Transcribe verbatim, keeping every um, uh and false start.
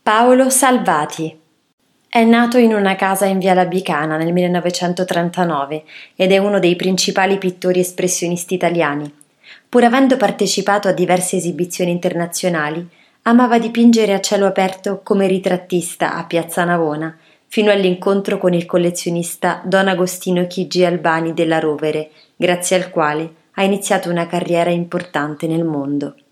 Paolo Salvati. È nato in una casa in via Labicana nel millenovecentotrentanove ed è uno dei principali pittori espressionisti italiani. Pur avendo partecipato a diverse esibizioni internazionali, amava dipingere a cielo aperto come ritrattista a Piazza Navona, fino all'incontro con il collezionista Don Agostino Chigi Albani della Rovere, grazie al quale ha iniziato una carriera importante nel mondo.